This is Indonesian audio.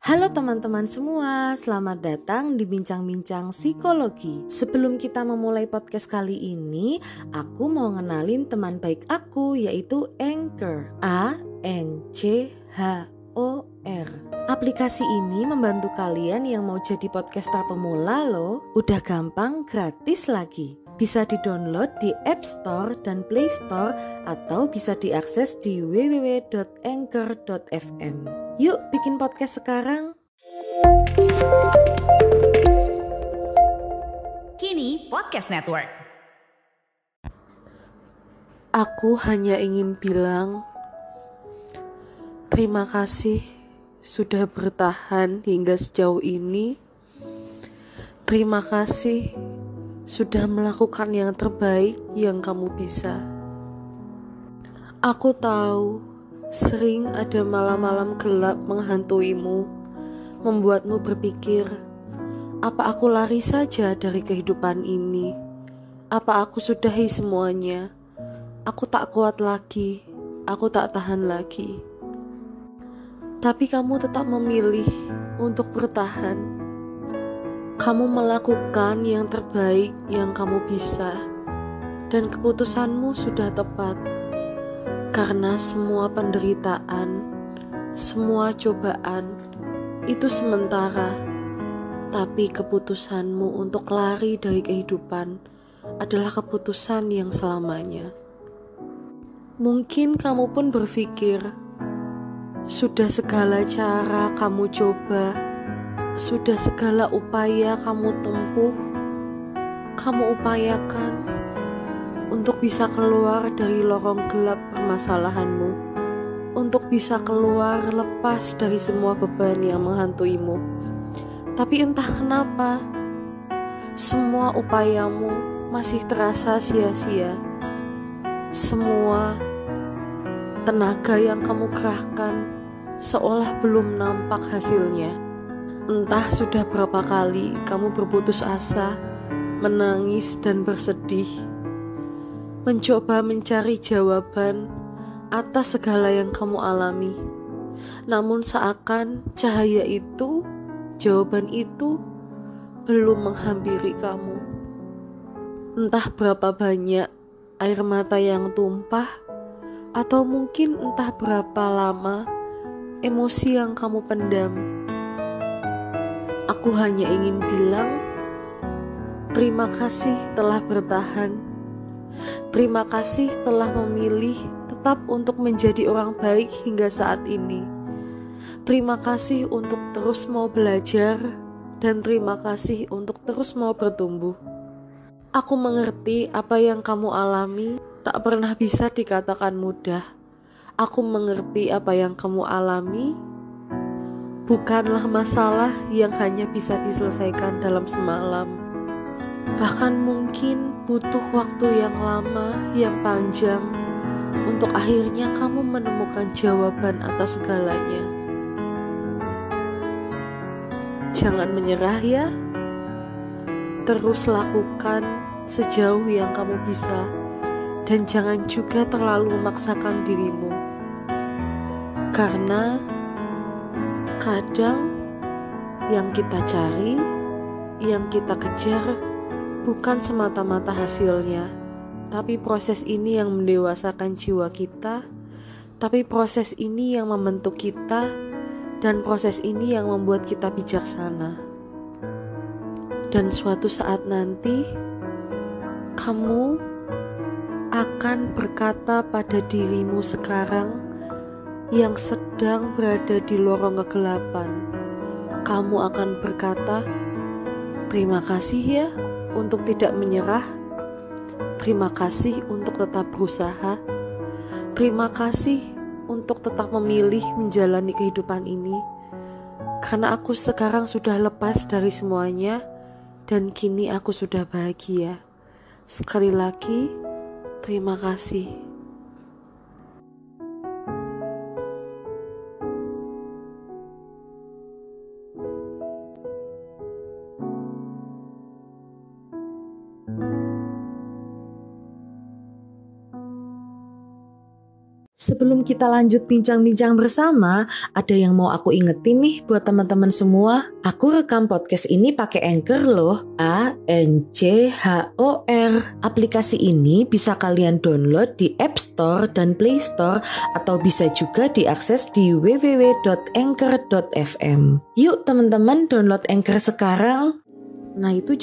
Halo teman-teman semua, selamat datang di Bincang-Bincang Psikologi. Sebelum kita memulai podcast kali ini, aku mau ngenalin teman baik aku, yaitu Anchor. A-N-C-H-O-R. Aplikasi ini membantu kalian yang mau jadi podcaster pemula loh. Udah gampang, gratis lagi. Bisa di-download di App Store dan Play Store atau bisa diakses di www.anchor.fm. Yuk bikin podcast sekarang. Kini Podcast Network. Aku hanya ingin bilang terima kasih sudah bertahan hingga sejauh ini. Terima kasih sudah melakukan yang terbaik yang kamu bisa. Aku tahu sering ada malam-malam gelap menghantuimu, membuatmu berpikir, apa aku lari saja dari kehidupan ini? Apa aku sudahi semuanya? Aku tak kuat lagi, aku tak tahan lagi. Tapi kamu tetap memilih untuk bertahan. Kamu melakukan yang terbaik yang kamu bisa, dan keputusanmu sudah tepat. Karena semua penderitaan, semua cobaan, itu sementara. Tapi keputusanmu untuk lari dari kehidupan adalah keputusan yang selamanya. Mungkin kamu pun berpikir, sudah segala cara kamu coba, sudah segala upaya kamu tempuh, kamu upayakan untuk bisa keluar dari lorong gelap permasalahanmu, untuk bisa keluar lepas dari semua beban yang menghantuimu. Tapi entah kenapa, semua upayamu masih terasa sia-sia. Semua tenaga yang kamu kerahkan seolah belum nampak hasilnya. Entah sudah berapa kali kamu berputus asa, menangis dan bersedih, mencoba mencari jawaban atas segala yang kamu alami. Namun seakan cahaya itu, jawaban itu belum menghampiri kamu. Entah berapa banyak air mata yang tumpah, atau mungkin entah berapa lama emosi yang kamu pendam. Aku hanya ingin bilang, terima kasih telah bertahan. Terima kasih telah memilih tetap untuk menjadi orang baik hingga saat ini. Terima kasih untuk terus mau belajar, dan terima kasih untuk terus mau bertumbuh. Aku mengerti apa yang kamu alami tak pernah bisa dikatakan mudah. Aku mengerti apa yang kamu alami bukanlah masalah yang hanya bisa diselesaikan dalam semalam. Bahkan mungkin butuh waktu yang lama, yang panjang, untuk akhirnya kamu menemukan jawaban atas segalanya. Jangan menyerah ya. Terus lakukan sejauh yang kamu bisa, dan jangan juga terlalu memaksakan dirimu. Karena kadang yang kita cari, yang kita kejar bukan semata-mata hasilnya, tapi proses ini yang mendewasakan jiwa kita, tapi proses ini yang membentuk kita, dan proses ini yang membuat kita bijaksana. Dan suatu saat nanti, kamu akan berkata pada dirimu sekarang yang sedang berada di lorong kegelapan. Kamu akan berkata, terima kasih ya untuk tidak menyerah. Terima kasih untuk tetap berusaha. Terima kasih untuk tetap memilih menjalani kehidupan ini. Karena aku sekarang sudah lepas dari semuanya, dan kini aku sudah bahagia. Sekali lagi, terima kasih. Sebelum kita lanjut bincang-bincang bersama, ada yang mau aku ingetin nih buat teman-teman semua. Aku rekam podcast ini pakai Anchor loh, ANCHOR. Aplikasi ini bisa kalian download di App Store dan Play Store atau bisa juga diakses di www.anchor.fm. Yuk teman-teman download Anchor sekarang. Nah itu